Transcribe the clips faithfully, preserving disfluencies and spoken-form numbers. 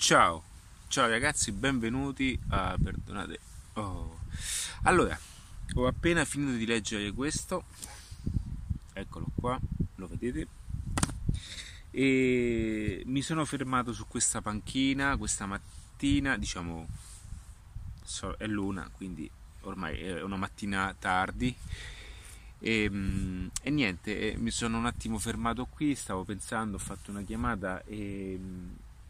Ciao, ciao ragazzi, benvenuti a... perdonate. Oh. Allora, ho appena finito di leggere questo, eccolo qua, lo vedete? E mi sono fermato su questa panchina questa mattina, diciamo, so- è l'una, quindi ormai è una mattina tardi. E, mm, e niente, eh, mi sono un attimo fermato qui, stavo pensando, ho fatto una chiamata e... mm,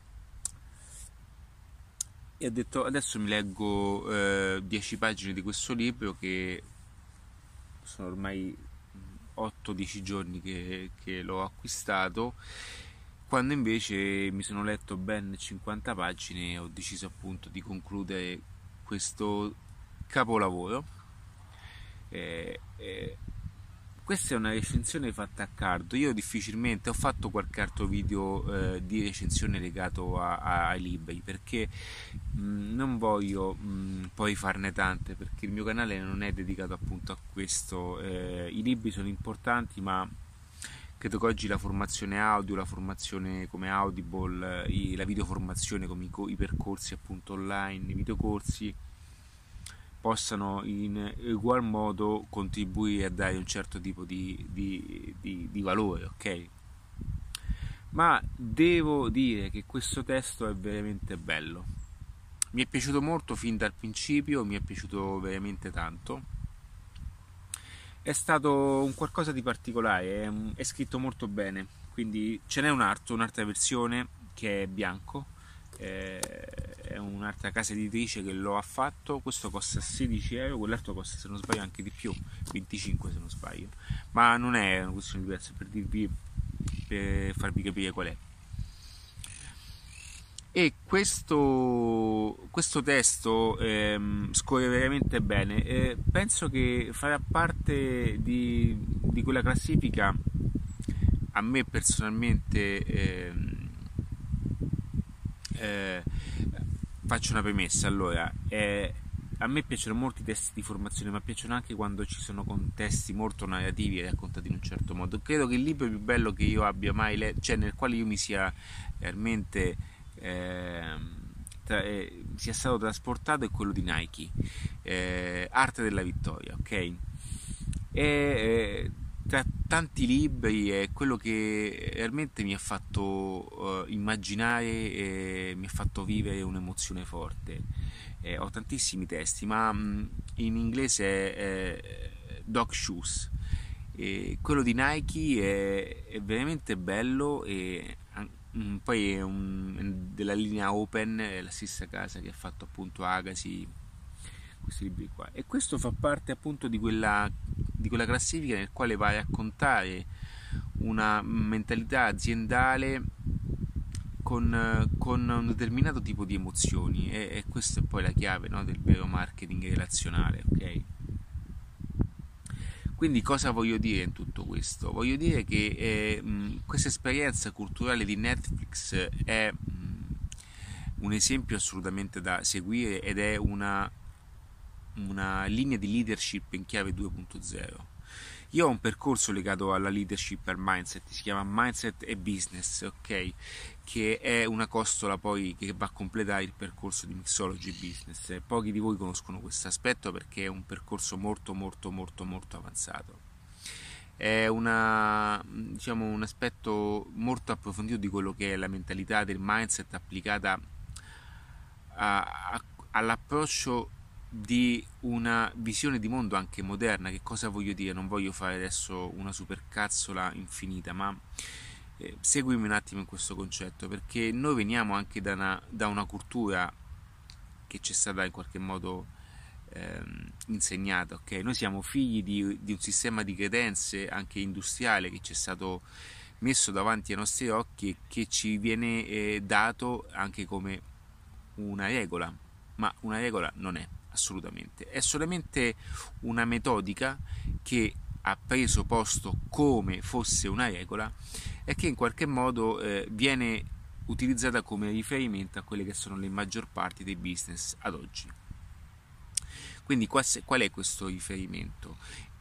e ho detto adesso mi leggo eh, dieci pagine di questo libro che sono ormai otto dieci giorni che, che l'ho acquistato, quando invece mi sono letto ben cinquanta pagine e ho deciso appunto di concludere questo capolavoro. Eh, eh, Questa è una recensione fatta a caldo. Io difficilmente ho fatto qualche altro video eh, di recensione legato a, a, ai libri perché mh, non voglio mh, poi farne tante, perché il mio canale non è dedicato appunto a questo. Eh, I libri sono importanti, ma credo che oggi la formazione audio, la formazione come Audible, eh, i, la videoformazione come i, i percorsi appunto online, i videocorsi possano in ugual modo contribuire a dare un certo tipo di, di, di, di valore, ok? Ma devo dire che questo testo è veramente bello. Mi è piaciuto molto fin dal principio, mi è piaciuto veramente tanto. È stato un qualcosa di particolare, è, è scritto molto bene, quindi ce n'è un altro, un'altra versione che è bianco, eh, è un'altra casa editrice che lo ha fatto. Questo costa sedici euro, quell'altro costa, se non sbaglio, anche di più, venticinque se non sbaglio, ma non è una questione di prezzo, per dirvi, per farvi capire qual è. E questo, questo testo ehm, scorre veramente bene. Eh, penso che farà parte di, di quella classifica. A me personalmente ehm, eh, faccio una premessa. Allora, eh, a me piacciono molti testi di formazione, ma piacciono anche quando ci sono contesti molto narrativi e raccontati in un certo modo. Credo che il libro più bello che io abbia mai letto, cioè nel quale io mi sia realmente eh, tra, eh, sia stato trasportato, è quello di Nike, eh, Arte della Vittoria, ok? E eh, tra tanti libri è quello che realmente mi ha fatto uh, immaginare e mi ha fatto vivere un'emozione forte. Eh, ho tantissimi testi, ma mh, in inglese è, è Dog Shoes. E quello di Nike è, è veramente bello e mh, poi è un, della linea Open, è la stessa casa che ha fatto appunto Agassi, questi libri qua. E questo fa parte appunto di quella, di quella classifica nel quale va a raccontare una mentalità aziendale con, con un determinato tipo di emozioni, e, e questa è poi la chiave, no, del vero marketing relazionale, ok? Quindi cosa voglio dire in tutto questo? Voglio dire che eh, questa esperienza culturale di Netflix è mh, un esempio assolutamente da seguire ed è una, una linea di leadership in chiave due punto zero. Io ho un percorso legato alla leadership e al mindset, si chiama Mindset e Business, ok? Che è una costola poi che va a completare il percorso di Mixology Business. Pochi di voi conoscono questo aspetto perché è un percorso molto molto molto molto avanzato. È una, diciamo, un aspetto molto approfondito di quello che è la mentalità del mindset applicata a, a, all'approccio di una visione di mondo anche moderna. Che cosa voglio dire? Non voglio fare adesso una supercazzola infinita, ma eh, seguimi un attimo in questo concetto, perché noi veniamo anche da una, da una cultura che ci è stata in qualche modo ehm, insegnata, ok? Noi siamo figli di, di un sistema di credenze anche industriale che ci è stato messo davanti ai nostri occhi e che ci viene eh, dato anche come una regola, ma una regola non è assolutamente, è solamente una metodica che ha preso posto come fosse una regola e che in qualche modo eh, viene utilizzata come riferimento a quelle che sono le maggior parti dei business ad oggi. Quindi qual è questo riferimento?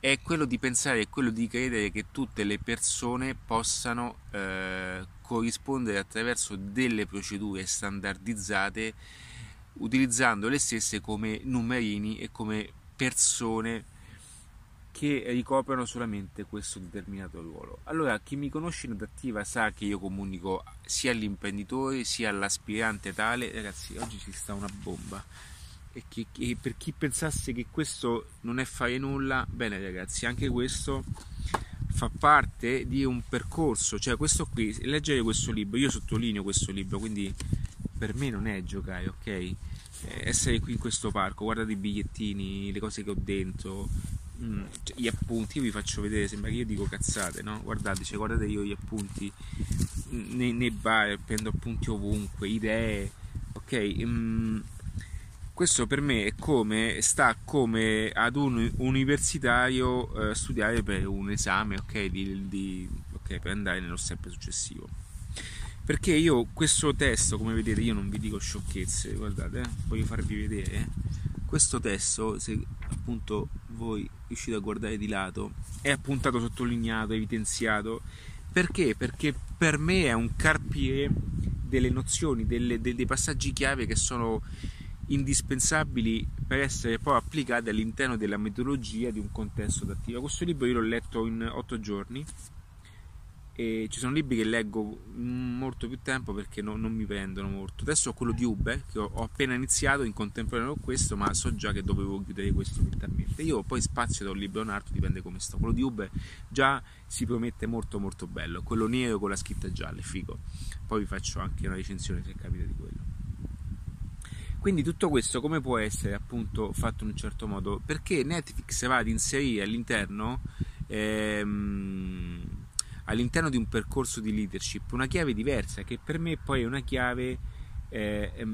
è quello di pensare e quello di credere che tutte le persone possano eh, corrispondere attraverso delle procedure standardizzate, utilizzando le stesse come numerini e come persone che ricoprono solamente questo determinato ruolo. Allora, chi mi conosce in adattiva sa che io comunico sia all'imprenditore sia all'aspirante tale. Ragazzi, oggi ci sta una bomba. E, che, e per chi pensasse che questo non è fare nulla, bene ragazzi, anche questo fa parte di un percorso. Cioè, questo qui, leggere questo libro, io sottolineo questo libro, quindi per me non è giocare, ok? Essere qui in questo parco, guardate i bigliettini, le cose che ho dentro, mm, cioè, gli appunti, io vi faccio vedere, sembra che io dico cazzate, no? Guardate, cioè, guardate io gli appunti nei, nei bar, prendo appunti ovunque, idee, ok? Mm, questo per me è come sta come ad un universitario eh, studiare per un esame, ok? Di, di, ok, per andare nello step successivo. Perché io questo testo, come vedete, io non vi dico sciocchezze, guardate, eh, voglio farvi vedere, eh. Questo testo, se appunto voi riuscite a guardare di lato, è appuntato, sottolineato, evidenziato. Perché? Perché per me è un carpire delle nozioni, delle, dei passaggi chiave che sono indispensabili per essere poi applicati all'interno della metodologia di un contesto adattivo. Questo libro io l'ho letto in otto giorni. E ci sono libri che leggo molto più tempo perché no, non mi prendono molto. Adesso ho quello di Uber che ho, ho appena iniziato in contemporanea con questo, ma so già che dovevo chiudere questo mentalmente. Io poi spazio da un libro a un altro, dipende come sto. Quello di Uber già si promette molto molto bello, quello nero con la scritta gialla, è figo. Poi vi faccio anche una recensione se capita di quello. Quindi tutto questo come può essere appunto fatto in un certo modo? Perché Netflix va ad inserire all'interno ehm, all'interno di un percorso di leadership una chiave diversa, che per me poi è una chiave eh,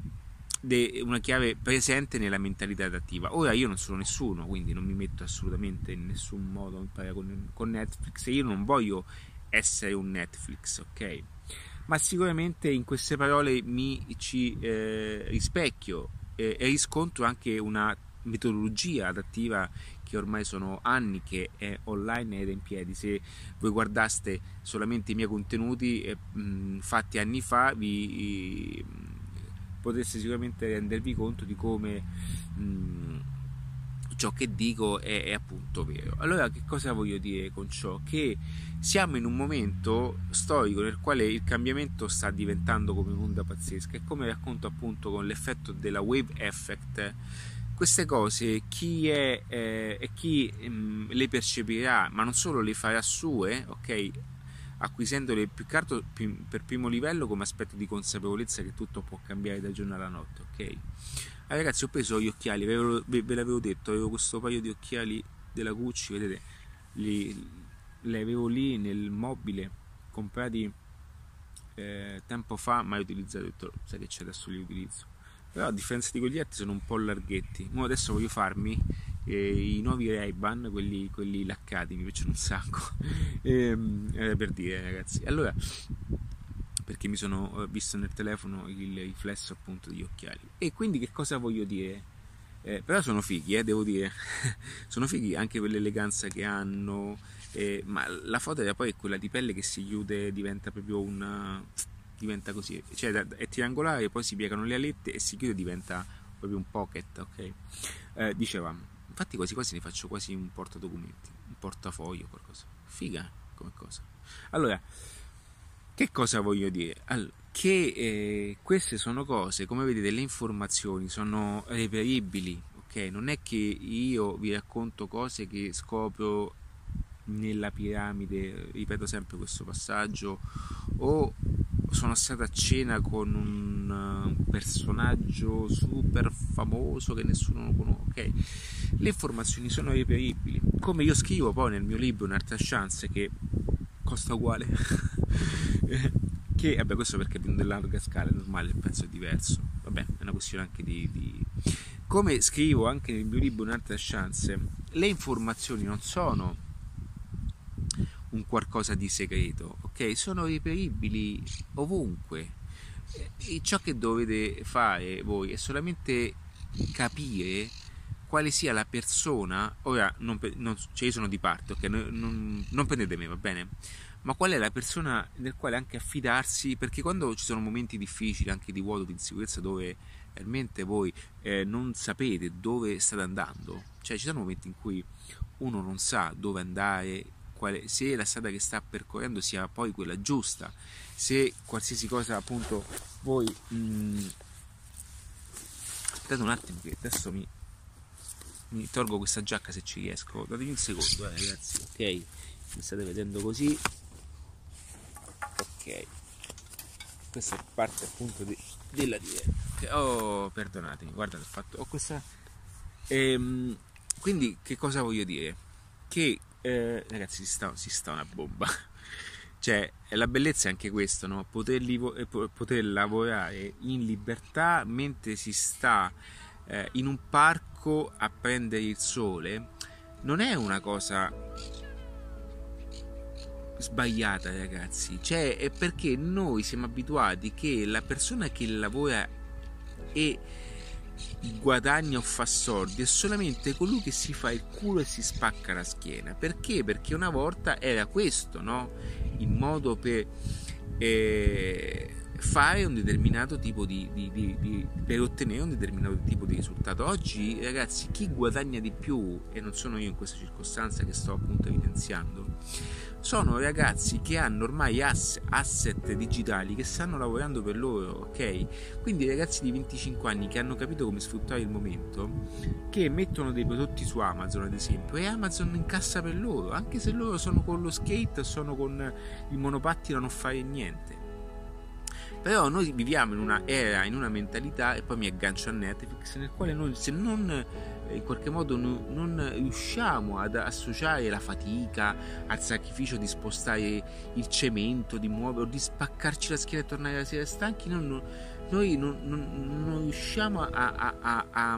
de, una chiave presente nella mentalità adattiva. Ora io non sono nessuno, quindi non mi metto assolutamente in nessun modo in paragone con Netflix, e io non voglio essere un Netflix, ok? Ma sicuramente in queste parole mi ci eh, rispecchio eh, e riscontro anche una metodologia adattiva che ormai sono anni che è online ed è in piedi. Se voi guardaste solamente i miei contenuti eh, mh, fatti anni fa, vi eh, potreste sicuramente rendervi conto di come mh, ciò che dico è, è appunto vero. Allora, che cosa voglio dire con ciò? Che siamo in un momento storico nel quale il cambiamento sta diventando come un'onda pazzesca, e come racconto appunto con l'effetto della wave effect, queste cose chi è eh, e chi mh, le percepirà, ma non solo le farà sue, ok, acquisendole più che altro per primo livello come aspetto di consapevolezza che tutto può cambiare da giorno alla notte, ok? Ah, ragazzi, ho preso gli occhiali, ve, lo, ve, ve l'avevo detto, avevo questo paio di occhiali della Gucci, vedete, li, li avevo lì nel mobile, comprati eh, tempo fa, mai utilizzati, ho detto, sai che c'è, adesso li utilizzo. Però a differenza di quegli altri sono un po' larghetti. Mo adesso voglio farmi eh, i nuovi Ray-Ban, quelli, quelli laccati, mi piacciono un sacco. e, eh, per dire, ragazzi, allora, perché mi sono visto nel telefono il riflesso appunto degli occhiali. E quindi che cosa voglio dire? Eh, però sono fighi, eh, devo dire. Sono fighi anche per l'eleganza che hanno, eh, ma la foto poi è quella di pelle che si chiude, diventa proprio una... diventa così, cioè è triangolare, poi si piegano le alette e si chiude, diventa proprio un pocket, ok? Eh, dicevamo, infatti quasi quasi ne faccio quasi un portadocumenti, un portafoglio, qualcosa. Figa come cosa. Allora, che cosa voglio dire? Allora, che eh, queste sono cose, come vedete, le informazioni sono reperibili, ok? Non è che io vi racconto cose che scopro nella piramide, ripeto sempre questo passaggio, o sono stato a cena con un personaggio super famoso che nessuno conosce, ok? Le informazioni sono reperibili, come io scrivo poi nel mio libro Un'altra chance, che costa uguale che, vabbè, questo perché è di larga scala, è normale, il prezzo è diverso, vabbè, è una questione anche di, di... come scrivo anche nel mio libro Un'altra chance, le informazioni non sono un qualcosa di segreto, ok? Sono reperibili ovunque, e ciò che dovete fare voi è solamente capire quale sia la persona, ora non, non, cioè io sono di parte, ok, non, non, non prendete me, va bene? Ma qual è la persona nel quale anche affidarsi, perché quando ci sono momenti difficili, anche di vuoto, di insicurezza, dove realmente voi eh, non sapete dove state andando, cioè ci sono momenti in cui uno non sa dove andare, quale, se la strada che sta percorrendo sia poi quella giusta, se qualsiasi cosa appunto voi mh, aspettate un attimo che adesso mi, mi tolgo questa giacca se ci riesco, datemi un secondo eh, ragazzi, ok, mi state vedendo così, ok, questa è parte appunto de, della diretta, oh perdonatemi, guardate, ho fatto ho questa ehm, quindi che cosa voglio dire? Che eh, ragazzi si sta, si sta una bomba cioè la bellezza è anche questo, no? Poter, poter lavorare in libertà mentre si sta eh, in un parco a prendere il sole non è una cosa sbagliata, ragazzi, cioè è perché noi siamo abituati che la persona che lavora e guadagna o fa soldi è solamente colui che si fa il culo e si spacca la schiena. Perché? Perché una volta era questo, no? Il modo per eh, fare un determinato tipo di, di, di, di per ottenere un determinato tipo di risultato. Oggi, ragazzi, chi guadagna di più, e non sono io in questa circostanza che sto appunto evidenziando, sono ragazzi che hanno ormai asset digitali che stanno lavorando per loro, ok? Quindi ragazzi di venticinque anni che hanno capito come sfruttare il momento, che mettono dei prodotti su Amazon ad esempio, e Amazon incassa per loro, anche se loro sono con lo skate, sono con il monopattino a non fare niente. Però noi viviamo in una era, in una mentalità, e poi mi aggancio a Netflix, nel quale noi, se non in qualche modo non, non riusciamo ad associare la fatica al sacrificio di spostare il cemento, di muovere, o di spaccarci la schiena e tornare la sera stanchi, non, noi non, non, non riusciamo a, a, a, a,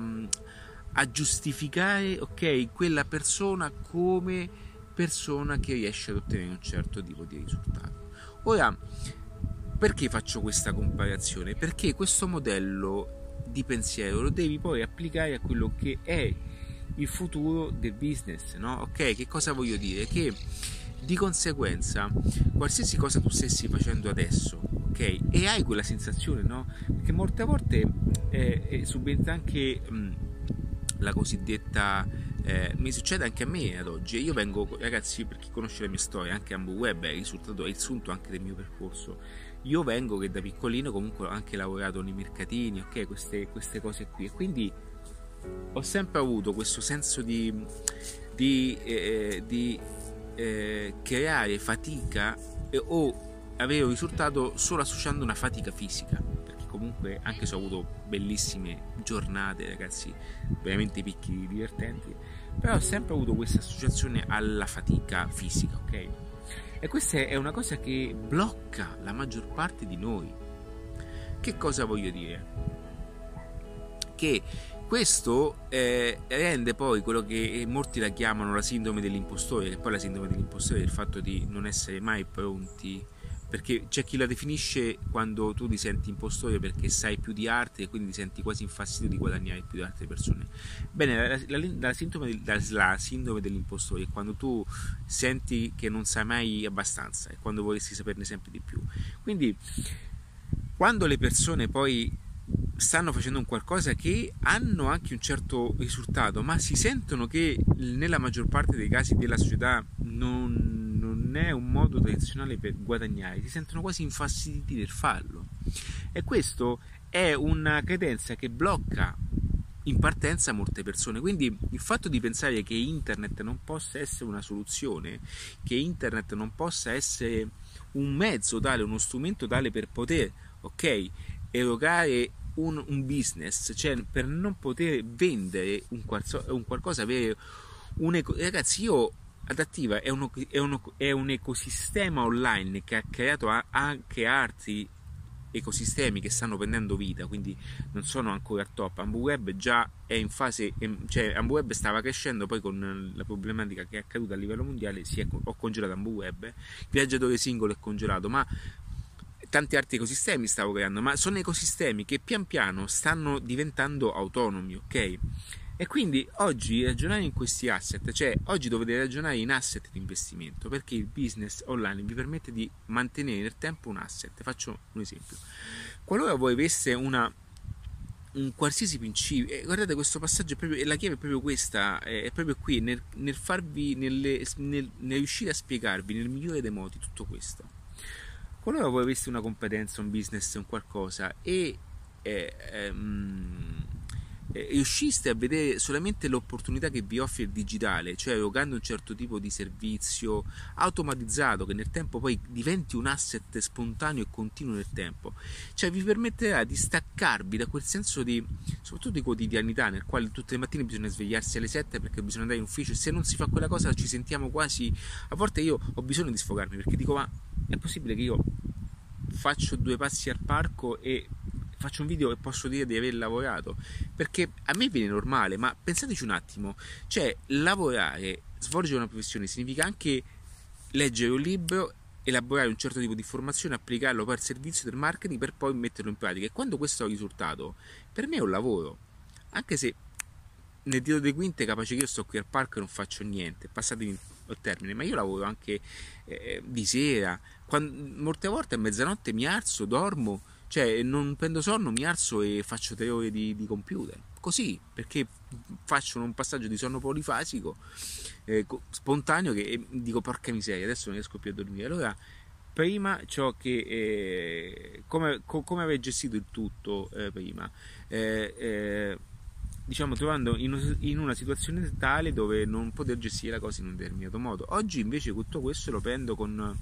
a giustificare, ok, quella persona come persona che riesce ad ottenere un certo tipo di risultato. Ora, perché faccio questa comparazione? Perché questo modello di pensiero lo devi poi applicare a quello che è il futuro del business, no? Ok, che cosa voglio dire? Che di conseguenza qualsiasi cosa tu stessi facendo adesso, ok, e hai quella sensazione, no? Perché molte volte eh, subentra anche mh, la cosiddetta eh, mi succede anche a me ad oggi. Io vengo, ragazzi, per chi conosce la mia storia, anche AmbuWeb è il risultato, è il sunto anche del mio percorso. Io vengo che da piccolino comunque ho anche lavorato nei mercatini, ok, queste, queste cose qui, e quindi ho sempre avuto questo senso di, di, eh, di eh, creare fatica eh, o avere un risultato solo associando una fatica fisica, perché comunque anche se ho avuto bellissime giornate, ragazzi, veramente picchi divertenti, però ho sempre avuto questa associazione alla fatica fisica, ok? E questa è una cosa che blocca la maggior parte di noi. Che cosa voglio dire? Che questo eh, rende poi quello che molti la chiamano la sindrome dell'impostore, che poi la sindrome dell'impostore è il fatto di non essere mai pronti, perché c'è chi la definisce quando tu ti senti impostore perché sai più di arte e quindi ti senti quasi infastidito di guadagnare più di altre persone. Bene, la, la, la, sindrome, la, la sindrome dell'impostore è quando tu senti che non sai mai abbastanza e quando vorresti saperne sempre di più. Quindi quando le persone poi stanno facendo un qualcosa che hanno anche un certo risultato, ma si sentono che nella maggior parte dei casi della società non non è un modo tradizionale per guadagnare, si sentono quasi infastiditi del farlo, e questo è una credenza che blocca in partenza molte persone. Quindi il fatto di pensare che internet non possa essere una soluzione, che internet non possa essere un mezzo tale, uno strumento tale per poter, ok, erogare un, un business, cioè per non poter vendere un, qualso, un qualcosa, avere un eco... ragazzi, io Adattiva è, uno, è, uno, è un ecosistema online che ha creato anche altri ecosistemi che stanno prendendo vita, quindi non sono ancora al top. AmbuWeb già è in fase, cioè AmbuWeb stava crescendo, poi con la problematica che è accaduta a livello mondiale si è, ho congelato AmbuWeb, il viaggiatore singolo è congelato, ma tanti altri ecosistemi stavo creando, ma sono ecosistemi che pian piano stanno diventando autonomi, ok? E quindi oggi ragionare in questi asset, cioè oggi dovete ragionare in asset di investimento, perché il business online vi permette di mantenere nel tempo un asset. Faccio un esempio: qualora voi aveste una un qualsiasi principio, eh, guardate, questo passaggio è proprio, la chiave è proprio questa, è proprio qui nel, nel farvi nelle, nel, nel riuscire a spiegarvi nel migliore dei modi tutto questo. Qualora voi aveste una competenza, un business, un qualcosa e eh, ehm, eh, riusciste a vedere solamente l'opportunità che vi offre il digitale, cioè erogando un certo tipo di servizio automatizzato che nel tempo poi diventi un asset spontaneo e continuo nel tempo, cioè vi permetterà di staccarvi da quel senso di, soprattutto di quotidianità, nel quale tutte le mattine bisogna svegliarsi alle sette perché bisogna andare in ufficio, e se non si fa quella cosa ci sentiamo quasi, a volte io ho bisogno di sfogarmi perché dico: ma è possibile che io faccio due passi al parco e faccio un video e posso dire di aver lavorato? Perché a me viene normale, ma pensateci un attimo, cioè lavorare, svolgere una professione significa anche leggere un libro, elaborare un certo tipo di informazione, applicarlo per il servizio del marketing per poi metterlo in pratica, e quando questo è il risultato, per me è un lavoro, anche se nel dietro delle quinte capace che io sto qui al parco e non faccio niente, passatemi il termine, ma io lavoro anche eh, di sera, quando, molte volte a mezzanotte mi alzo, dormo, cioè non prendo sonno, mi alzo e faccio tre ore di, di computer, così, perché faccio un passaggio di sonno polifasico eh, spontaneo, che e dico: porca miseria, adesso non riesco più a dormire. Allora, prima ciò che eh, come, co, come aver gestito il tutto eh, prima eh, eh, diciamo trovando in, in una situazione tale dove non poter gestire la cosa in un determinato modo. Oggi invece tutto questo lo prendo con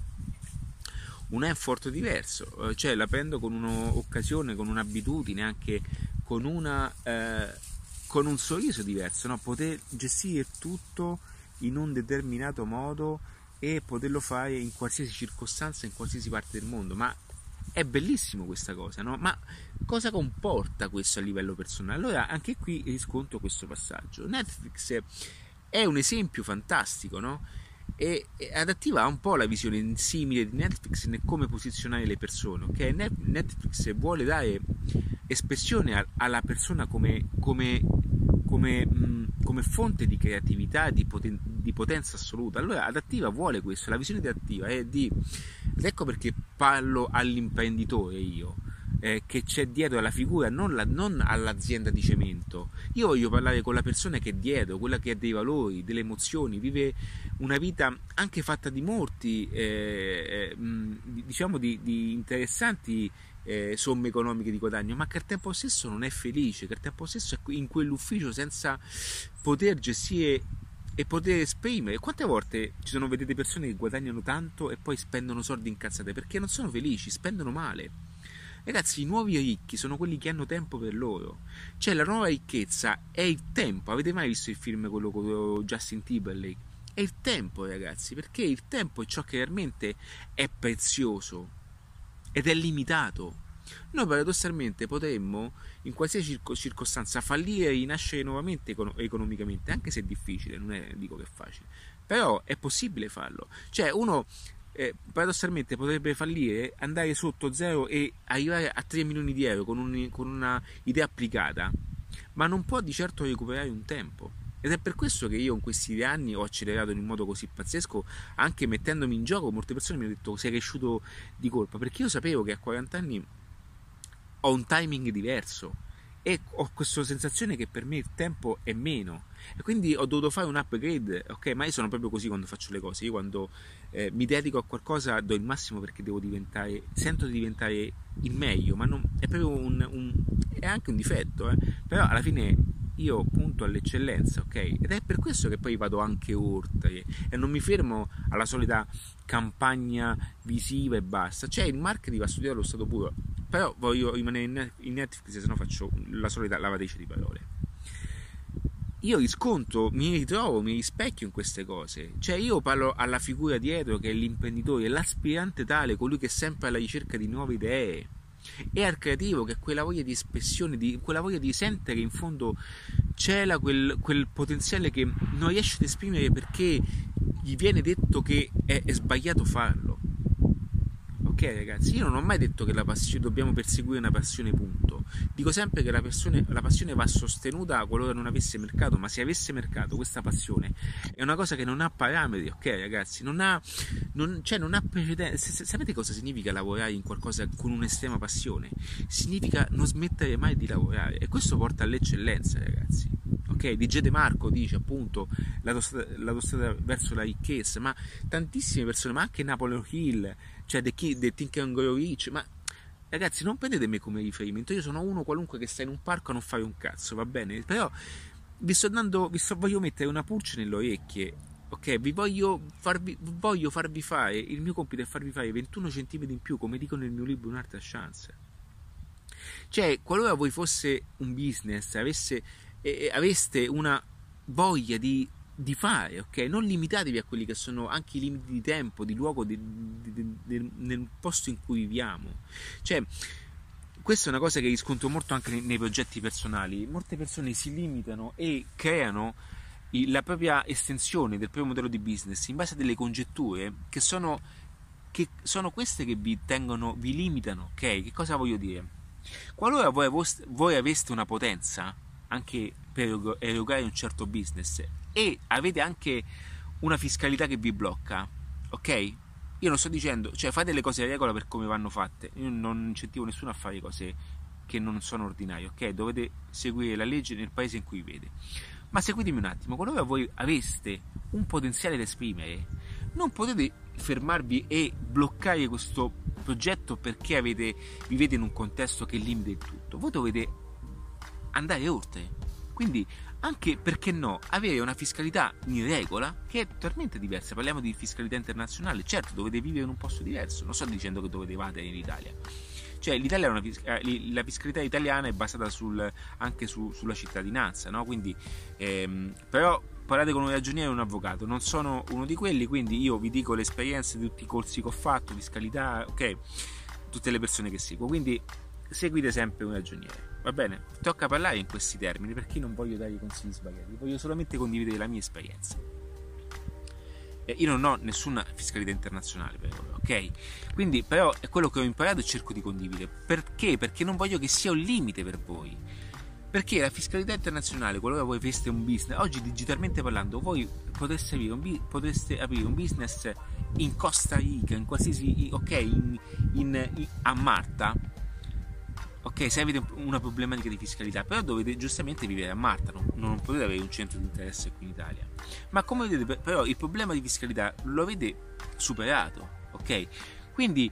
un effort diverso, cioè la prendo con un'occasione, con un'abitudine, anche con una eh, con un sorriso diverso, no? Poter gestire tutto in un determinato modo e poterlo fare in qualsiasi circostanza, in qualsiasi parte del mondo. Ma è bellissimo questa cosa, no? Ma cosa comporta questo a livello personale? Allora anche qui riscontro questo passaggio. Netflix è un esempio fantastico, no? E adattiva un po' la visione simile di Netflix nel come posizionare le persone, ok? Netflix vuole dare espressione alla persona come, come, come, mh, come fonte di creatività, di, poten- di potenza assoluta. Allora adattiva vuole questo, la visione di adattiva è di, ecco perché parlo all'imprenditore io, eh, che c'è dietro alla figura, non, la, non all'azienda di cemento. Io voglio parlare con la persona che è dietro, quella che ha dei valori, delle emozioni, vive una vita anche fatta di molti eh, mh, diciamo di, di interessanti eh, somme economiche di guadagno, ma che al tempo stesso non è felice, che al tempo stesso è in quell'ufficio senza poter gestire e poter esprimere. Quante volte ci sono, vedete, persone che guadagnano tanto e poi spendono soldi incazzate perché non sono felici, spendono male. Ragazzi, i nuovi ricchi sono quelli che hanno tempo per loro, cioè la nuova ricchezza è il tempo. Avete mai visto il film quello con Justin Timberlake? È il tempo, ragazzi, perché il tempo è ciò che realmente è prezioso ed è limitato. Noi paradossalmente potremmo in qualsiasi circo, circostanza fallire e rinascere nuovamente econ- economicamente, anche se è difficile, non è, dico che è facile, però è possibile farlo. Cioè uno eh, paradossalmente potrebbe fallire, andare sotto zero e arrivare a tre milioni di euro con, un, con una idea applicata, ma non può di certo recuperare un tempo. Ed è per questo che io in questi anni ho accelerato in un modo così pazzesco, anche mettendomi in gioco. Molte persone mi hanno detto: sei cresciuto di colpa, perché io sapevo che a quaranta anni ho un timing diverso e ho questa sensazione che per me il tempo è meno, e quindi ho dovuto fare un upgrade, ok? Ma io sono proprio così quando faccio le cose. Io quando eh, mi dedico a qualcosa do il massimo, perché devo diventare, sento di diventare il meglio, ma non, è proprio un, un è anche un difetto, eh? Però alla fine io punto all'eccellenza, ok? Ed è per questo che poi vado anche oltre e non mi fermo alla solita campagna visiva e basta. Cioè il marketing va studiato allo stato puro, però voglio rimanere in Netflix, se no faccio la solita lavatrice di parole. Io riscontro, mi ritrovo, mi rispecchio in queste cose. Cioè io parlo alla figura dietro, che è l'imprenditore, l'aspirante tale, colui che è sempre alla ricerca di nuove idee, e al creativo, che è quella voglia di espressione, di, quella voglia di sentire che in fondo c'è quel, quel potenziale che non riesce ad esprimere perché gli viene detto che è, è sbagliato farlo, ok? ragazzi? Io non ho mai detto che la passione, dobbiamo perseguire una passione, punto. Dico sempre che la passione, la passione va sostenuta qualora non avesse mercato, ma se avesse mercato questa passione è una cosa che non ha parametri, ok ragazzi? Non ha, non, cioè non ha precedenti. Sapete cosa significa lavorare in qualcosa con un'estrema passione? Significa non smettere mai di lavorare, e questo porta all'eccellenza, ragazzi. Ok, D J De Marco dice appunto l'autostrada verso la ricchezza, ma tantissime persone, ma anche Napoleon Hill, cioè The, Kid, The Think and Grow Rich, ma ragazzi non prendete me come riferimento, io sono uno qualunque che sta in un parco a non fare un cazzo, va bene? Però vi sto dando, vi sto, voglio mettere una pulce nelle orecchie, ok? Vi voglio farvi, voglio farvi fare, il mio compito è farvi fare ventuno centimetri in più, come dico nel mio libro Un'altra chance. Cioè, qualora voi fosse un business, avesse, eh, aveste una voglia di di fare, ok? Non limitatevi a quelli che sono anche i limiti di tempo, di luogo, di, di, di, di, nel posto in cui viviamo. Cioè, questa è una cosa che riscontro molto anche nei, nei progetti personali. Molte persone si limitano e creano i, la propria estensione del proprio modello di business in base a delle congetture che sono, che sono queste che vi tengono, vi limitano, ok? Che cosa voglio dire? Qualora voi, voi aveste una potenza anche per erogare un certo business e avete anche una fiscalità che vi blocca, ok? Io non sto dicendo, cioè fate le cose a regola per come vanno fatte, io non incentivo nessuno a fare cose che non sono ordinarie, ok? Dovete seguire la legge nel paese in cui vivete, ma seguitemi un attimo, qualora voi aveste un potenziale da esprimere, non potete fermarvi e bloccare questo progetto perché avete, vivete in un contesto che limita il tutto, voi dovete andare oltre. Quindi anche, perché no, avere una fiscalità in regola che è totalmente diversa. Parliamo di fiscalità internazionale, certo dovete vivere in un posto diverso, non sto dicendo che dovete evadere in Italia, cioè l'Italia è una, la fiscalità italiana è basata sul, anche su, sulla cittadinanza, no? Quindi ehm, però parlate con un ragioniere e un avvocato, non sono uno di quelli, quindi io vi dico le esperienze di tutti i corsi che ho fatto, fiscalità, ok, tutte le persone che seguo, quindi seguite sempre un ragioniere, va bene? Tocca parlare in questi termini perché non voglio dare consigli sbagliati, voglio solamente condividere la mia esperienza. Eh, io non ho nessuna fiscalità internazionale, però, ok? Quindi però è quello che ho imparato e cerco di condividere. Perché? Perché non voglio che sia un limite per voi. Perché la fiscalità internazionale, qualora voi aveste un business, oggi digitalmente parlando, voi potreste aprire un, potreste aprire un business in Costa Rica, in qualsiasi, ok, in, in, in, a Malta, ok, se avete una problematica di fiscalità, però dovete giustamente vivere a Malta, no? Non potete avere un centro di interesse qui in Italia. Ma come vedete, però il problema di fiscalità lo avete superato, ok? Quindi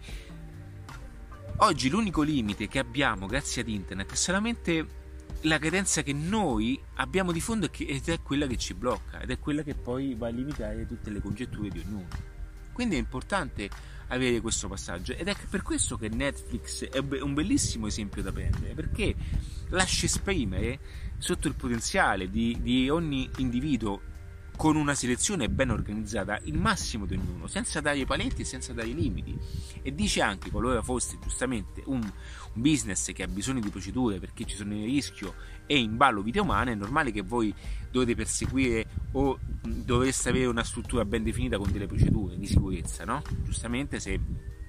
oggi l'unico limite che abbiamo grazie ad internet è solamente la cadenza che noi abbiamo di fondo ed è quella che ci blocca, ed è quella che poi va a limitare tutte le congetture di ognuno. Quindi è importante avere questo passaggio, ed è per questo che Netflix è un bellissimo esempio da prendere, perché lascia esprimere sotto il potenziale di, di ogni individuo, con una selezione ben organizzata, il massimo di ognuno, senza dare paletti e senza dare limiti. E dice anche, qualora foste giustamente un, un business che ha bisogno di procedure perché ci sono in rischio e in ballo vite umane, è normale che voi dovete perseguire o dovreste avere una struttura ben definita con delle procedure di sicurezza, no? Giustamente se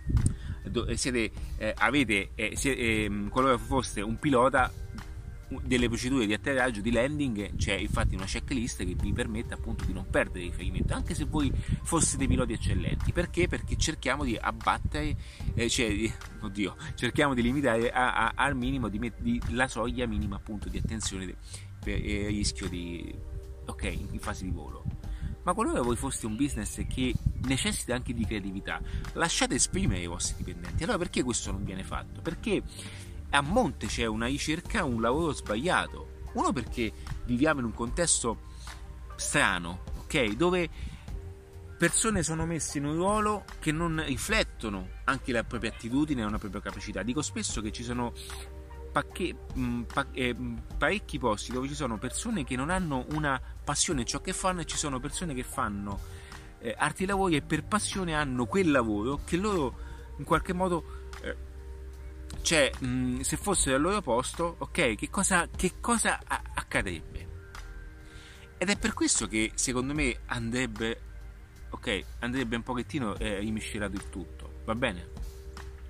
siete, eh, avete, eh, se, eh, qualora foste un pilota, delle procedure di atterraggio, di landing, c'è infatti una checklist che vi permette appunto di non perdere riferimento, anche se voi foste dei piloti eccellenti. Perché? Perché cerchiamo di abbattere, eh, cioè, oddio, cerchiamo di limitare a, a, al minimo di, di, la soglia minima appunto di attenzione de, per il eh, rischio di, ok, in fase di volo. Ma qualora voi foste un business che necessita anche di creatività, lasciate esprimere i vostri dipendenti. Allora perché questo non viene fatto? Perché a monte c'è una ricerca, un lavoro sbagliato. Uno, perché viviamo in un contesto strano, ok? Dove persone sono messe in un ruolo che non riflettono anche la propria attitudine e una propria capacità. Dico spesso che ci sono pacche, mh, pa, eh, parecchi posti dove ci sono persone che non hanno una passione in ciò che fanno, e ci sono persone che fanno eh, arti lavori e per passione hanno quel lavoro che loro in qualche modo eh, cioè mh, se fossero al loro posto, ok, che cosa, che cosa a- accadrebbe? Ed è per questo che secondo me andrebbe ok, andrebbe un pochettino eh, rimiscelato il tutto, va bene?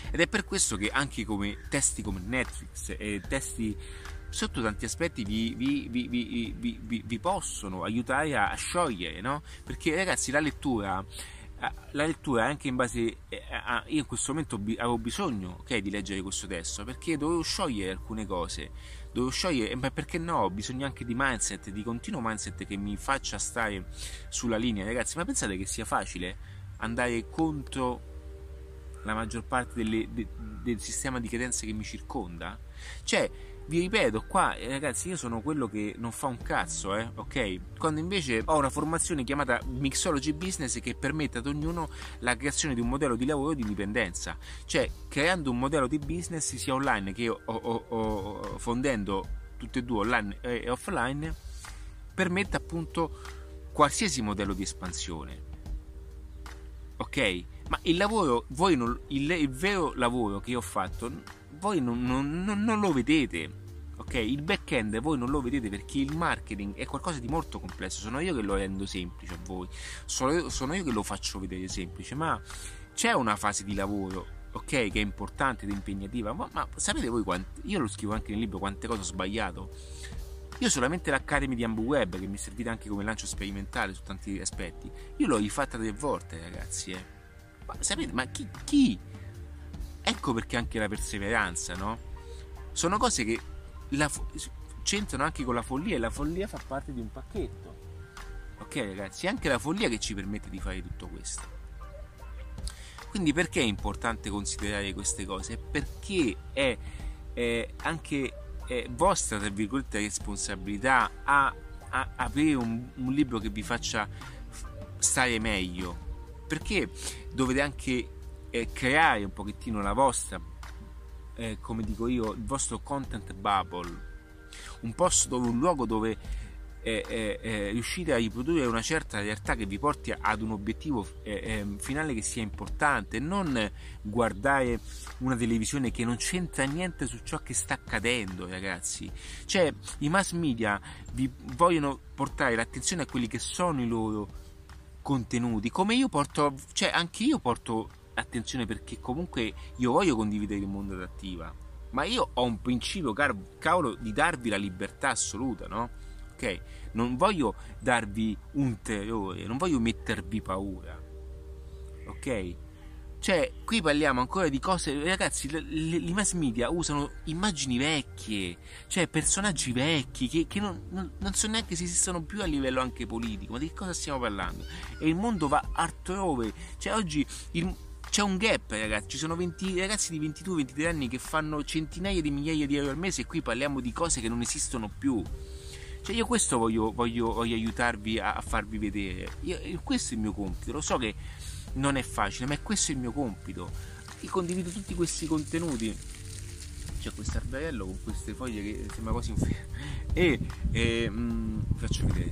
Ed è per questo che anche come testi come Netflix e testi sotto tanti aspetti vi, vi, vi, vi, vi, vi, vi possono aiutare a, a sciogliere, no? Perché ragazzi la lettura la lettura anche in base a, io in questo momento avevo bisogno, okay, di leggere questo testo perché dovevo sciogliere alcune cose, dovevo sciogliere, ma perché no, ho bisogno anche di mindset, di continuo mindset che mi faccia stare sulla linea. Ragazzi, ma pensate che sia facile andare contro la maggior parte delle, de, del sistema di credenze che mi circonda? Cioè, vi ripeto, qua ragazzi, io sono quello che non fa un cazzo, eh, ok? Quando invece ho una formazione chiamata Mixology Business che permette ad ognuno la creazione di un modello di lavoro di indipendenza, cioè creando un modello di business sia online che io ho, ho, ho fondendo tutte e due online e offline, permette appunto qualsiasi modello di espansione, ok? Ma il lavoro, voi non, il, il vero lavoro che io ho fatto voi non, non, non lo vedete, ok? Il back end voi non lo vedete perché il marketing è qualcosa di molto complesso. Sono io che lo rendo semplice a voi, sono io, sono io che lo faccio vedere semplice, ma c'è una fase di lavoro, ok, che è importante ed impegnativa. Ma, ma sapete voi quante, io lo scrivo anche nel libro, quante cose ho sbagliato. Io solamente l'Academy di AmbuWeb, che mi è servita anche come lancio sperimentale su tanti aspetti, io l'ho rifatta tre volte, ragazzi, eh. Ma sapete, ma chi, chi? Ecco perché anche la perseveranza, no? Sono cose che la, c'entrano anche con la follia, e la follia fa parte di un pacchetto, ok ragazzi? È anche la follia che ci permette di fare tutto questo. Quindi perché è importante considerare queste cose? Perché è, è anche è vostra, tra virgolette, responsabilità a, a avere un, un libro che vi faccia stare meglio, perché dovete anche eh, creare un pochettino la vostra, eh, come dico io, il vostro content bubble, un posto dove, un luogo dove eh, eh, eh, riuscite a riprodurre una certa realtà che vi porti ad un obiettivo eh, eh, finale che sia importante, non guardare una televisione che non c'entra niente su ciò che sta accadendo, ragazzi. Cioè, i mass media vi vogliono portare l'attenzione a quelli che sono i loro contenuti, come io porto, cioè anche io porto attenzione, perché comunque io voglio condividere il mondo adattiva, ma io ho un principio, cavolo, di darvi la libertà assoluta, no? Ok? Non voglio darvi un terrore, non voglio mettervi paura, ok? Cioè, qui parliamo ancora di cose, ragazzi, i mass media usano immagini vecchie, cioè personaggi vecchi che, che non, non, non so neanche se esistono più a livello anche politico. Ma di che cosa stiamo parlando? E il mondo va altrove. Cioè oggi il, c'è un gap, ragazzi, ci sono venti ragazzi di ventidue ventitré anni che fanno centinaia di migliaia di euro al mese, e qui parliamo di cose che non esistono più. Cioè io questo voglio, voglio, voglio aiutarvi a, a farvi vedere. Io, questo è il mio compito, lo so che non è facile, ma è questo il mio compito. Io condivido tutti questi contenuti. C'è questo alberello con queste foglie che sembra quasi un figlio. E, e mh, vi faccio vedere.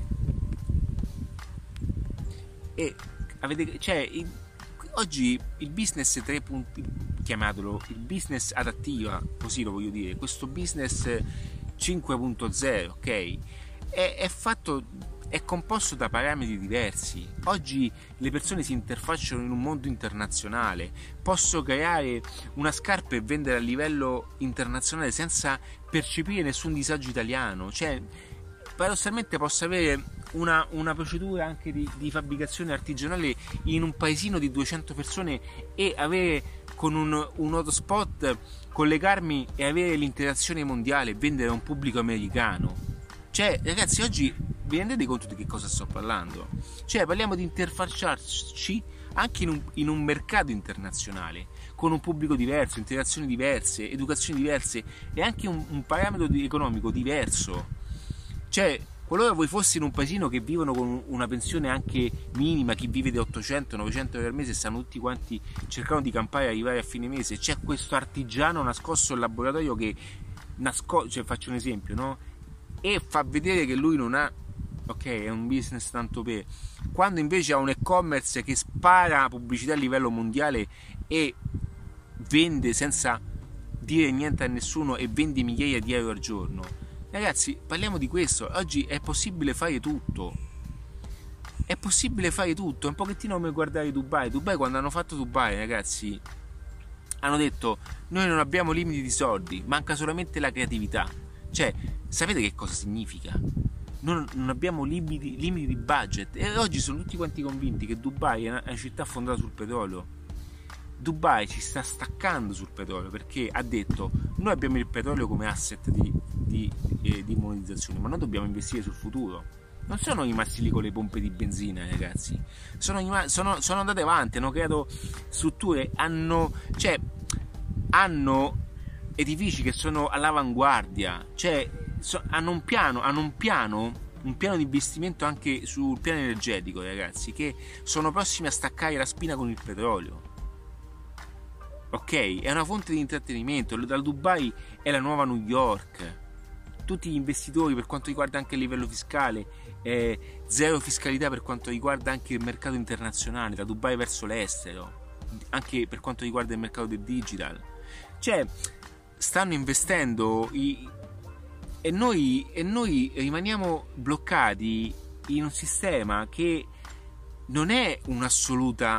E avete, cioè, il, oggi il business tre punti, chiamatelo il business adattiva, così lo voglio dire, questo business cinque punto zero, ok? È, è fatto, è composto da parametri diversi. Oggi le persone si interfacciano in un mondo internazionale. Posso creare una scarpa e vendere a livello internazionale senza percepire nessun disagio italiano. Cioè, paradossalmente posso avere una, una procedura anche di, di fabbricazione artigianale in un paesino di duecento persone e avere con un, un hotspot, collegarmi e avere l'interazione mondiale e vendere a un pubblico americano. Cioè, ragazzi, oggi vi rendete conto di che cosa sto parlando? Cioè, parliamo di interfacciarci anche in un, in un mercato internazionale, con un pubblico diverso, interazioni diverse, educazioni diverse e anche un, un parametro di, economico diverso. Cioè, qualora voi foste in un paesino che vivono con una pensione anche minima, chi vive di ottocento novecento euro al mese, stanno tutti quanti cercando di campare e arrivare a fine mese, c'è questo artigiano nascosto in laboratorio che nasco- cioè, faccio un esempio, no? E fa vedere che lui non ha, ok, è un business tanto per, quando invece ha un e-commerce che spara pubblicità a livello mondiale e vende senza dire niente a nessuno e vende migliaia di euro al giorno. Ragazzi, parliamo di questo. Oggi è possibile fare tutto. È possibile fare tutto. È un pochettino come guardare Dubai. Dubai, quando hanno fatto Dubai, ragazzi, hanno detto noi non abbiamo limiti di soldi, manca solamente la creatività. Cioè, sapete che cosa significa? Non, non abbiamo limiti, limiti di budget, e oggi sono tutti quanti convinti che Dubai è una, è una città fondata sul petrolio. Dubai ci sta staccando sul petrolio perché ha detto noi abbiamo il petrolio come asset di, di, eh, di monetizzazione, ma noi dobbiamo investire sul futuro. Non sono rimasti lì con le pompe di benzina, ragazzi, sono, sono, sono andate avanti, hanno creato strutture, hanno, cioè, hanno edifici che sono all'avanguardia, cioè so, hanno un piano, hanno un piano, un piano di investimento anche sul piano energetico, ragazzi, che sono prossimi a staccare la spina con il petrolio. Ok, è una fonte di intrattenimento. Dal Dubai è la nuova New York. Tutti gli investitori, per quanto riguarda anche il livello fiscale, eh, zero fiscalità per quanto riguarda anche il mercato internazionale, da Dubai verso l'estero, anche per quanto riguarda il mercato del digital. Cioè, stanno investendo i... e, noi, e noi rimaniamo bloccati in un sistema che non è un'assoluta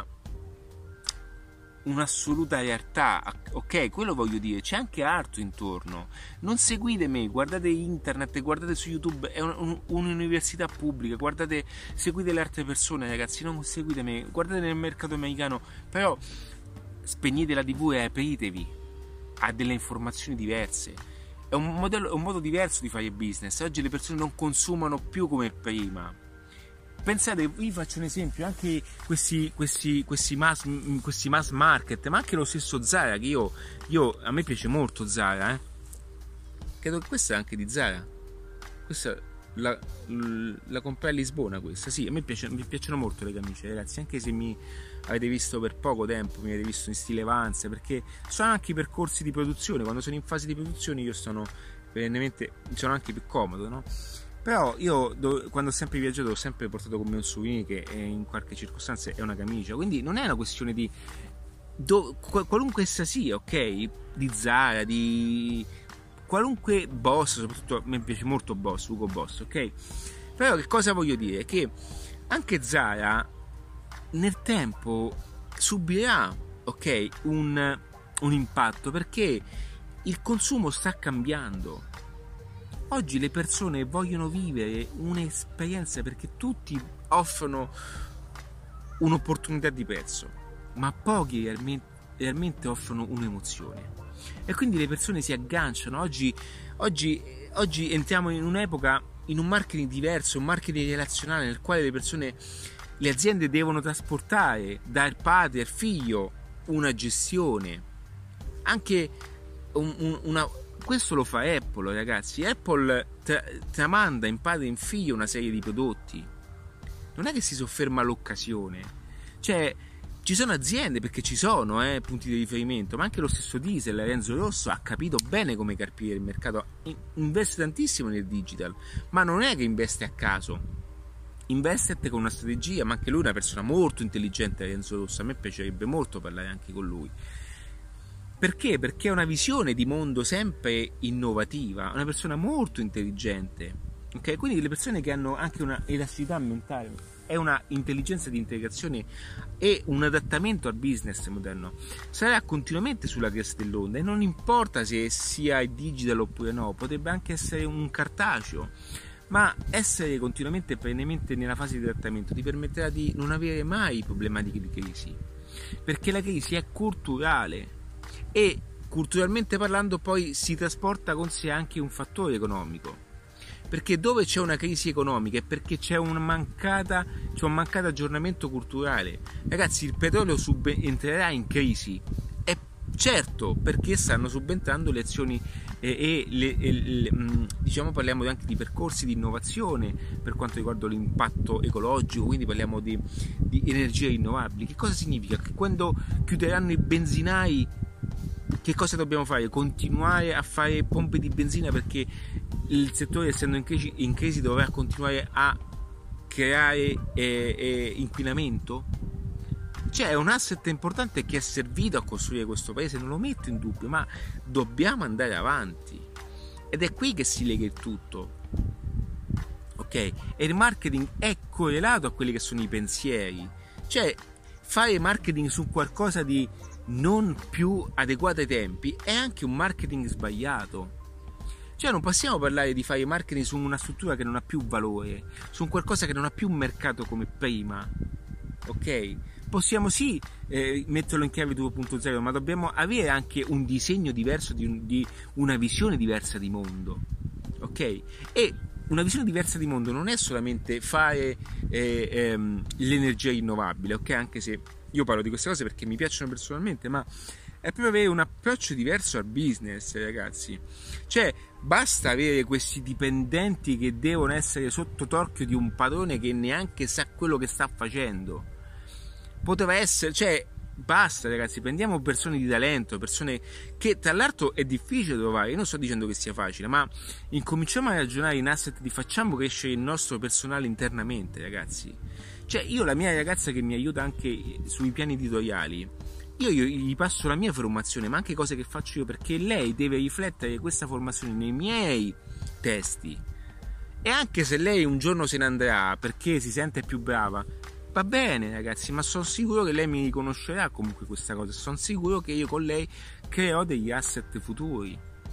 un'assoluta realtà, ok? Quello voglio dire, c'è anche altro intorno. Non seguite me, guardate internet, guardate su YouTube, è un, un, un'università pubblica, guardate, seguite le altre persone, ragazzi, non seguite me, guardate nel mercato americano, però spegnete la tivù e apritevi a delle informazioni diverse. È un modello, è un modo diverso di fare business. Oggi le persone non consumano più come prima. Pensate, vi faccio un esempio, anche questi, questi, questi, mass, questi mass market, ma anche lo stesso Zara, che io, io a me piace molto Zara, eh? Credo che questa è anche di Zara, questa la, la comprai a Lisbona, questa, sì, a me piace, mi piacciono molto le camicie, ragazzi, anche se mi avete visto per poco tempo, mi avete visto in stile Vans, perché sono anche i percorsi di produzione, quando sono in fase di produzione io sono perennemente, sono anche più comodo, no? Però io do, quando ho sempre viaggiato ho sempre portato con me un souvenir che in qualche circostanza è una camicia, quindi non è una questione di do, qualunque essa sia, ok? Di Zara, di qualunque Boss, soprattutto a me piace molto Boss, Hugo Boss, ok? Però che cosa voglio dire? Che anche Zara nel tempo subirà, ok, un, un impatto, perché il consumo sta cambiando. Oggi le persone vogliono vivere un'esperienza, perché tutti offrono un'opportunità di prezzo, ma pochi realmente, realmente offrono un'emozione, e quindi le persone si agganciano. Oggi, oggi, oggi entriamo in un'epoca, in un marketing diverso, un marketing relazionale nel quale le persone, le aziende devono trasportare dal padre al figlio una gestione, anche un, un, una questo lo fa Apple, ragazzi. Apple tra, tramanda in padre e in figlio una serie di prodotti. Non è che si sofferma all'occasione. Cioè, ci sono aziende, perché ci sono eh, punti di riferimento, ma anche lo stesso Diesel, Renzo Rosso, ha capito bene come carpire il mercato. Investe tantissimo nel digital, ma non è che investe a caso. Investe con una strategia, ma anche lui è una persona molto intelligente, Renzo Rosso. A me piacerebbe molto parlare anche con lui. Perché? Perché è una visione di mondo sempre innovativa, una persona molto intelligente, ok? Quindi le persone che hanno anche una elasticità mentale e una intelligenza di integrazione e un adattamento al business moderno sarà continuamente sulla cresta dell'onda, e non importa se sia digital oppure no, potrebbe anche essere un cartaceo, ma essere continuamente e perennemente nella fase di adattamento ti permetterà di non avere mai problematiche di crisi, perché la crisi è culturale. E culturalmente parlando poi si trasporta con sé anche un fattore economico, perché dove c'è una crisi economica è perché c'è una mancata c'è un mancato aggiornamento culturale. Ragazzi, il petrolio sub- entrerà in crisi, è certo, perché stanno subentrando le azioni e, e, le, e le, diciamo parliamo anche di percorsi di innovazione per quanto riguarda l'impatto ecologico, quindi parliamo di, di energie rinnovabili. Che cosa significa? Che quando chiuderanno i benzinai, che cosa dobbiamo fare? Continuare a fare pompe di benzina, perché il settore, essendo in crisi, in crisi dovrà continuare a creare eh, eh, inquinamento? Cioè, è un asset importante che è servito a costruire questo paese, non lo metto in dubbio, ma dobbiamo andare avanti, ed è qui che si lega il tutto, ok? E il marketing è correlato a quelli che sono i pensieri. Cioè, fare marketing su qualcosa di non più adeguato ai tempi è anche un marketing sbagliato. Cioè non possiamo parlare di fare marketing su una struttura che non ha più valore, su un qualcosa che non ha più un mercato come prima, ok? Possiamo sì eh, metterlo in chiave due punto zero, ma dobbiamo avere anche un disegno diverso, di, un, di una visione diversa di mondo, ok? E una visione diversa di mondo non è solamente fare eh, ehm, l'energia rinnovabile, ok? Anche se io parlo di queste cose perché mi piacciono personalmente, ma è proprio avere un approccio diverso al business, ragazzi. Cioè, basta avere questi dipendenti che devono essere sotto torchio di un padrone che neanche sa quello che sta facendo. Poteva essere, cioè, basta, ragazzi, prendiamo persone di talento, persone che tra l'altro è difficile trovare. Io non sto dicendo che sia facile, ma incominciamo a ragionare in asset di facciamo crescere il nostro personale internamente, ragazzi. Cioè, io la mia ragazza che mi aiuta anche sui piani editoriali, io, io gli passo la mia formazione, ma anche cose che faccio io, perché lei deve riflettere questa formazione nei miei testi. E anche se lei un giorno se ne andrà perché si sente più brava, va bene, ragazzi, ma sono sicuro che lei mi riconoscerà comunque questa cosa. Sono sicuro che io con lei creerò degli asset futuri,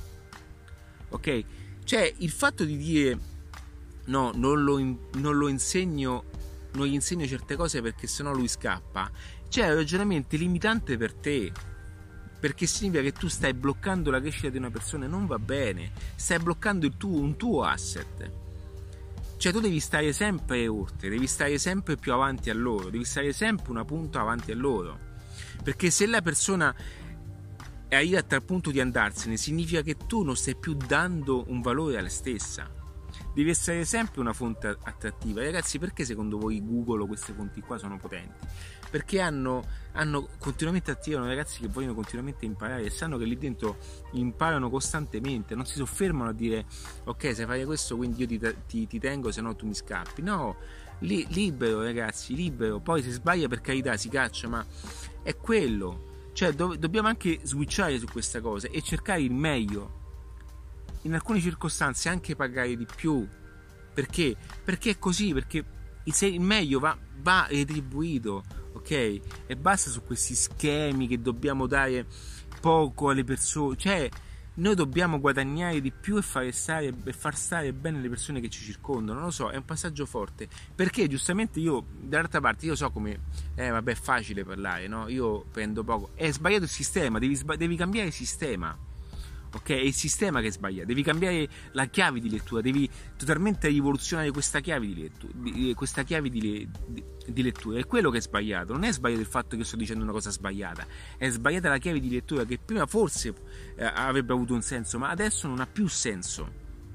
ok? Cioè, il fatto di dire no, non lo, non lo insegno, non gli insegno certe cose perché sennò lui scappa, c'è un ragionamento limitante per te, perché significa che tu stai bloccando la crescita di una persona e non va bene, stai bloccando il tuo, un tuo asset. Cioè tu devi stare sempre oltre, devi stare sempre più avanti a loro, devi stare sempre una punta avanti a loro, perché se la persona arriva a tal punto di andarsene significa che tu non stai più dando un valore alla stessa. Devi essere sempre una fonte attrattiva. Ragazzi, perché secondo voi Google o queste fonti qua sono potenti? Perché hanno, hanno continuamente attivano ragazzi che vogliono continuamente imparare e sanno che lì dentro imparano costantemente, non si soffermano a dire ok, sai fare questo quindi io ti, ti, ti tengo, se no tu mi scappi. No, li, libero, ragazzi, libero. Poi se sbaglia, per carità, si caccia, ma è quello. Cioè do, dobbiamo anche switchare su questa cosa e cercare il meglio, in alcune circostanze anche pagare di più. Perché? Perché è così, perché il meglio va, va retribuito, ok? E basta su questi schemi che dobbiamo dare poco alle persone. Cioè noi dobbiamo guadagnare di più e fare stare, e far stare bene le persone che ci circondano. Non lo so, è un passaggio forte, perché giustamente io dall'altra parte io so come eh vabbè è facile parlare, no? Io prendo poco, è sbagliato il sistema, devi, devi cambiare il sistema, ok? È il sistema che sbaglia, devi cambiare la chiave di lettura, devi totalmente rivoluzionare questa chiave di lettura, questa chiave di, le, di, di lettura. È quello che è sbagliato. Non è sbagliato il fatto che sto dicendo una cosa sbagliata, è sbagliata la chiave di lettura, che prima forse eh, avrebbe avuto un senso, ma adesso non ha più senso,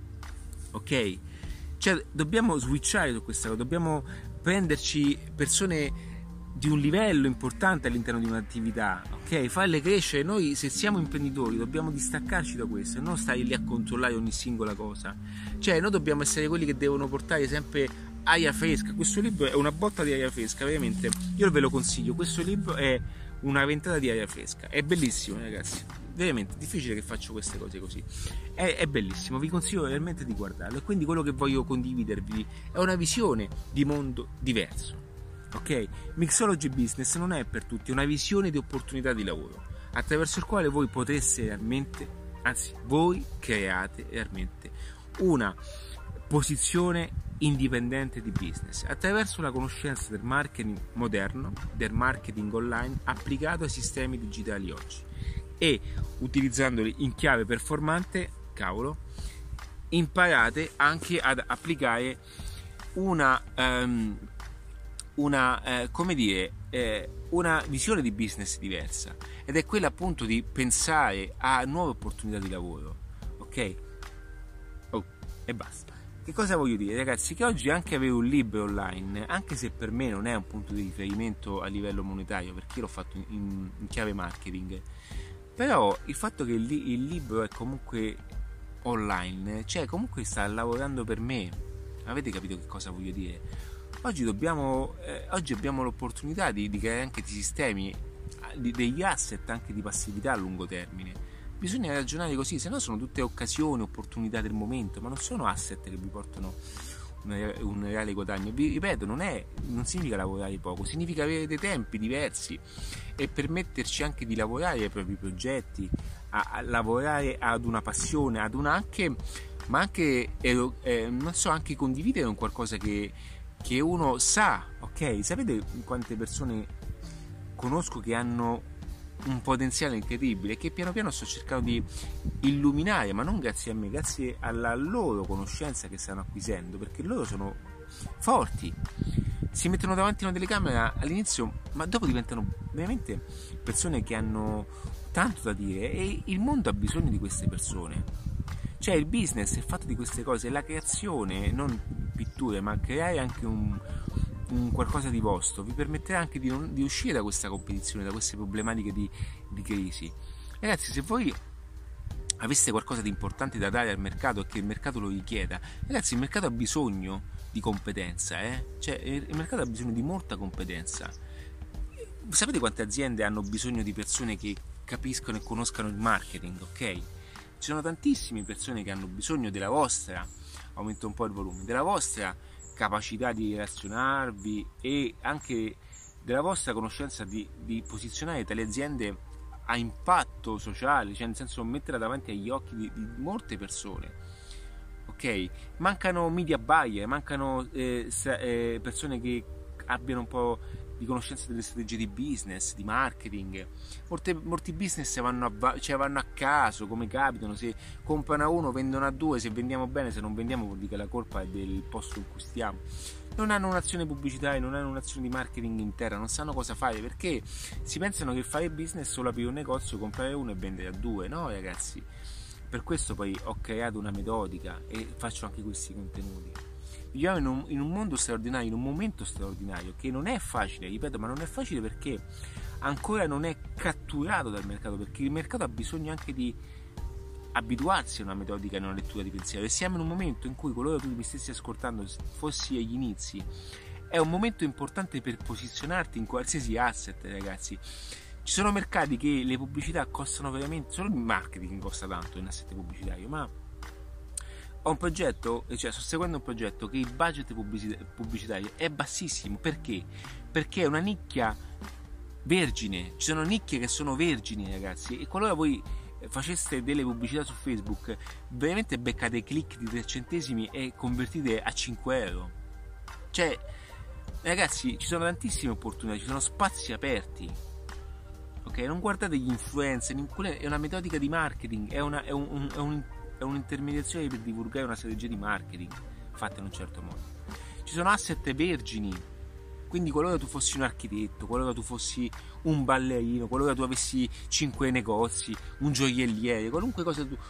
ok? Cioè dobbiamo switchare su questa cosa, dobbiamo prenderci persone di un livello importante all'interno di un'attività, ok? Farle crescere. Noi se siamo imprenditori dobbiamo distaccarci da questo e non stare lì a controllare ogni singola cosa. Cioè noi dobbiamo essere quelli che devono portare sempre aria fresca. Questo libro è una botta di aria fresca, veramente, io ve lo consiglio. Questo libro è una ventata di aria fresca, è bellissimo, ragazzi, veramente difficile che faccio queste cose così. È, è bellissimo, vi consiglio veramente di guardarlo. E quindi quello che voglio condividervi è una visione di mondo diverso, ok? Mixology Business non è per tutti, è una visione di opportunità di lavoro attraverso il quale voi potreste realmente, anzi voi create realmente una posizione indipendente di business attraverso la conoscenza del marketing moderno, del marketing online applicato ai sistemi digitali oggi, e utilizzandoli in chiave performante, cavolo, imparate anche ad applicare una um, una eh, come dire eh, una visione di business diversa, ed è quella appunto di pensare a nuove opportunità di lavoro, ok? Oh, e basta. Che cosa voglio dire, ragazzi? Che oggi anche avere un libro online, anche se per me non è un punto di riferimento a livello monetario, perché io l'ho fatto in, in chiave marketing, però il fatto che il, il libro è comunque online, cioè comunque sta lavorando per me. Avete capito che cosa voglio dire? Oggi dobbiamo eh, oggi abbiamo l'opportunità di, di creare anche dei sistemi, di, degli asset anche di passività a lungo termine. Bisogna ragionare così, se no sono tutte occasioni, opportunità del momento, ma non sono asset che vi portano un reale guadagno. Vi ripeto, non, è, non significa lavorare poco, significa avere dei tempi diversi e permetterci anche di lavorare ai propri progetti, a, a lavorare ad una passione, ad una anche, ma anche, eh, non so, anche condividere un qualcosa che, che uno sa, ok? Sapete quante persone conosco che hanno un potenziale incredibile che piano piano sto cercando di illuminare, ma non grazie a me, grazie alla loro conoscenza che stanno acquisendo, perché loro sono forti, si mettono davanti a una telecamera all'inizio, ma dopo diventano veramente persone che hanno tanto da dire, e il mondo ha bisogno di queste persone. Cioè il business è fatto di queste cose, la creazione, non pitture, ma creare anche un un qualcosa di vostro vi permetterà anche di, non, di uscire da questa competizione, da queste problematiche di, di crisi. Ragazzi, se voi aveste qualcosa di importante da dare al mercato e che il mercato lo richieda, ragazzi, il mercato ha bisogno di competenza, eh? Cioè il mercato ha bisogno di molta competenza. Sapete quante aziende hanno bisogno di persone che capiscono e conoscano il marketing, ok? Ci sono tantissime persone che hanno bisogno della vostra, aumento un po' il volume, della vostra capacità di relazionarvi e anche della vostra conoscenza di, di posizionare tali aziende a impatto sociale, cioè nel senso metterla davanti agli occhi di, di molte persone, ok? Mancano media buyer, mancano eh, eh, persone che abbiano un po' di conoscenza delle strategie di business, di marketing. Molte, molti business vanno a, cioè vanno a caso, come capitano, se comprano a uno vendono a due, se vendiamo bene, se non vendiamo vuol dire che la colpa è del posto in cui stiamo. Non hanno un'azione pubblicitaria, non hanno un'azione di marketing interna, non sanno cosa fare, perché si pensano che fare business è solo aprire un negozio, comprare uno e vendere a due. No ragazzi, per questo poi ho creato una metodica e faccio anche questi contenuti. Viviamo in un, in un mondo straordinario, in un momento straordinario che non è facile, ripeto, ma non è facile perché ancora non è catturato dal mercato, perché il mercato ha bisogno anche di abituarsi a una metodica e a una lettura di pensiero, e siamo in un momento in cui, qualora tu mi stessi ascoltando fossi agli inizi, è un momento importante per posizionarti in qualsiasi asset, ragazzi. Ci sono mercati che le pubblicità costano veramente, solo il marketing costa tanto in asset pubblicitario, ma ho un progetto, cioè sto seguendo un progetto che il budget pubblicitario è bassissimo. Perché? Perché è una nicchia vergine, ci sono nicchie che sono vergini, ragazzi, e qualora voi faceste delle pubblicità su Facebook veramente beccate click di tre centesimi e convertite a cinque euro. Cioè ragazzi, ci sono tantissime opportunità, ci sono spazi aperti, ok? Non guardate gli influencer, è una metodica di marketing, è, una, è un, un, è un è un'intermediazione per divulgare una strategia di marketing fatta in un certo modo. Ci sono asset vergini, quindi qualora tu fossi un architetto, qualora tu fossi un ballerino, qualora tu avessi cinque negozi, un gioielliere, qualunque cosa tu,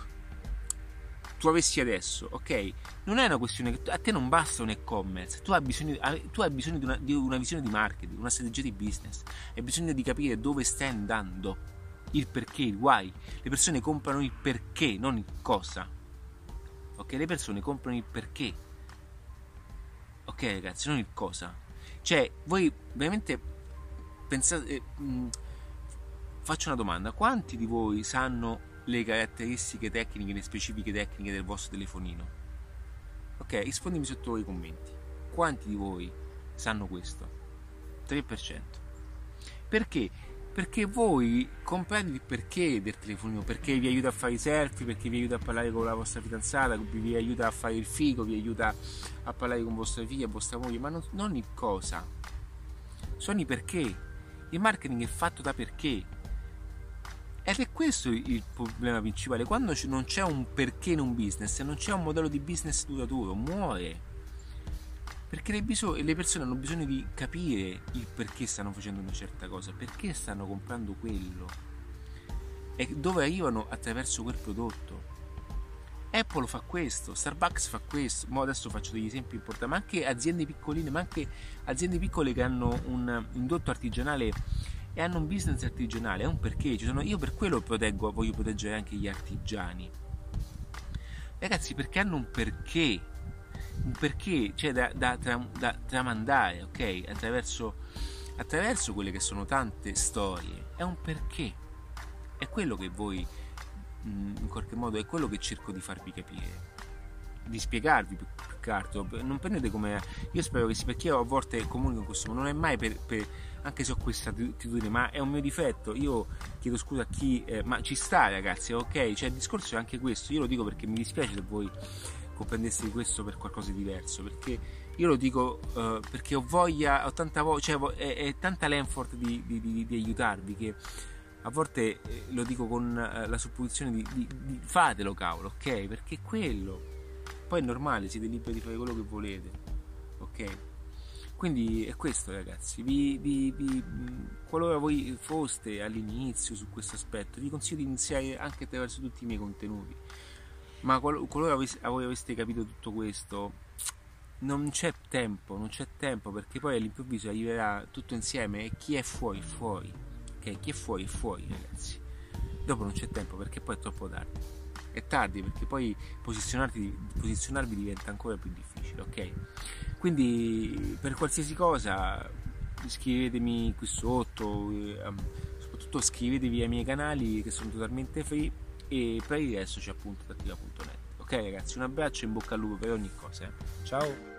tu avessi adesso, ok? Non è una questione che a te non basta un e-commerce, tu hai bisogno, tu hai bisogno di, una, di una visione di marketing, una strategia di business, hai bisogno di capire dove stai andando, il perché, il why. Le persone comprano il perché, non il cosa, ok? Le persone comprano il perché, ok ragazzi, non il cosa. Cioè voi veramente pensate, eh, mh, faccio una domanda: quanti di voi sanno le caratteristiche tecniche, le specifiche tecniche del vostro telefonino? Ok, rispondimi sotto i commenti. Quanti di voi sanno questo? tre per cento. Perché? Perché voi comprate il perché del telefonino, perché vi aiuta a fare i selfie, perché vi aiuta a parlare con la vostra fidanzata, vi aiuta a fare il figo, vi aiuta a parlare con vostra figlia, vostra moglie, ma non, non il cosa. Sono i perché. Il marketing è fatto da perché. Ed è questo il problema principale. Quando non c'è un perché in un business, non c'è un modello di business duraturo, muore. Perché le, bisog- le persone hanno bisogno di capire il perché stanno facendo una certa cosa, perché stanno comprando quello e dove arrivano attraverso quel prodotto. Apple fa questo, Starbucks fa questo, mo adesso faccio degli esempi importanti, ma anche aziende piccoline, ma anche aziende piccole che hanno un indotto artigianale e hanno un business artigianale, è un perché. Ci sono, io per quello proteggo, voglio proteggere anche gli artigiani, ragazzi, perché hanno un perché. Un perché, cioè da, da, da tramandare, ok? Attraverso, attraverso quelle che sono tante storie. È un perché. È quello che voi, in qualche modo, è quello che cerco di farvi capire. di spiegarvi più, più che altro. Non prendete come, io spero che sì, perché io a volte comunico in questo, ma non è mai per, per anche se ho questa attitudine, ma è un mio difetto. Io chiedo scusa a chi, eh, ma ci sta, ragazzi, ok? Cioè il discorso è anche questo. Io lo dico perché mi dispiace se voi comprendeste questo per qualcosa di diverso, perché io lo dico uh, perché ho voglia, ho tanta voglia, cioè è, è tanta l'effort di, di, di, di aiutarvi, che a volte eh, lo dico con uh, la supposizione di, di, di fatelo, cavolo, ok? Perché è quello. Poi è normale, siete liberi di fare quello che volete, ok? Quindi è questo, ragazzi. Vi, vi, vi, qualora voi foste all'inizio su questo aspetto, vi consiglio di iniziare anche attraverso tutti i miei contenuti. Ma qual- qualora voi aveste capito tutto questo, non c'è tempo, non c'è tempo, perché poi all'improvviso arriverà tutto insieme e chi è fuori è fuori, ok? Chi è fuori è fuori, ragazzi. Dopo non c'è tempo, perché poi è troppo tardi. È tardi, perché poi posizionarti, posizionarvi diventa ancora più difficile, ok? Quindi per qualsiasi cosa scrivetemi qui sotto, eh, soprattutto iscrivetevi ai miei canali che sono totalmente free, e per il resto c'è appunto tattiva punto net. Ok ragazzi, un abbraccio e in bocca al lupo per ogni cosa, eh? Ciao!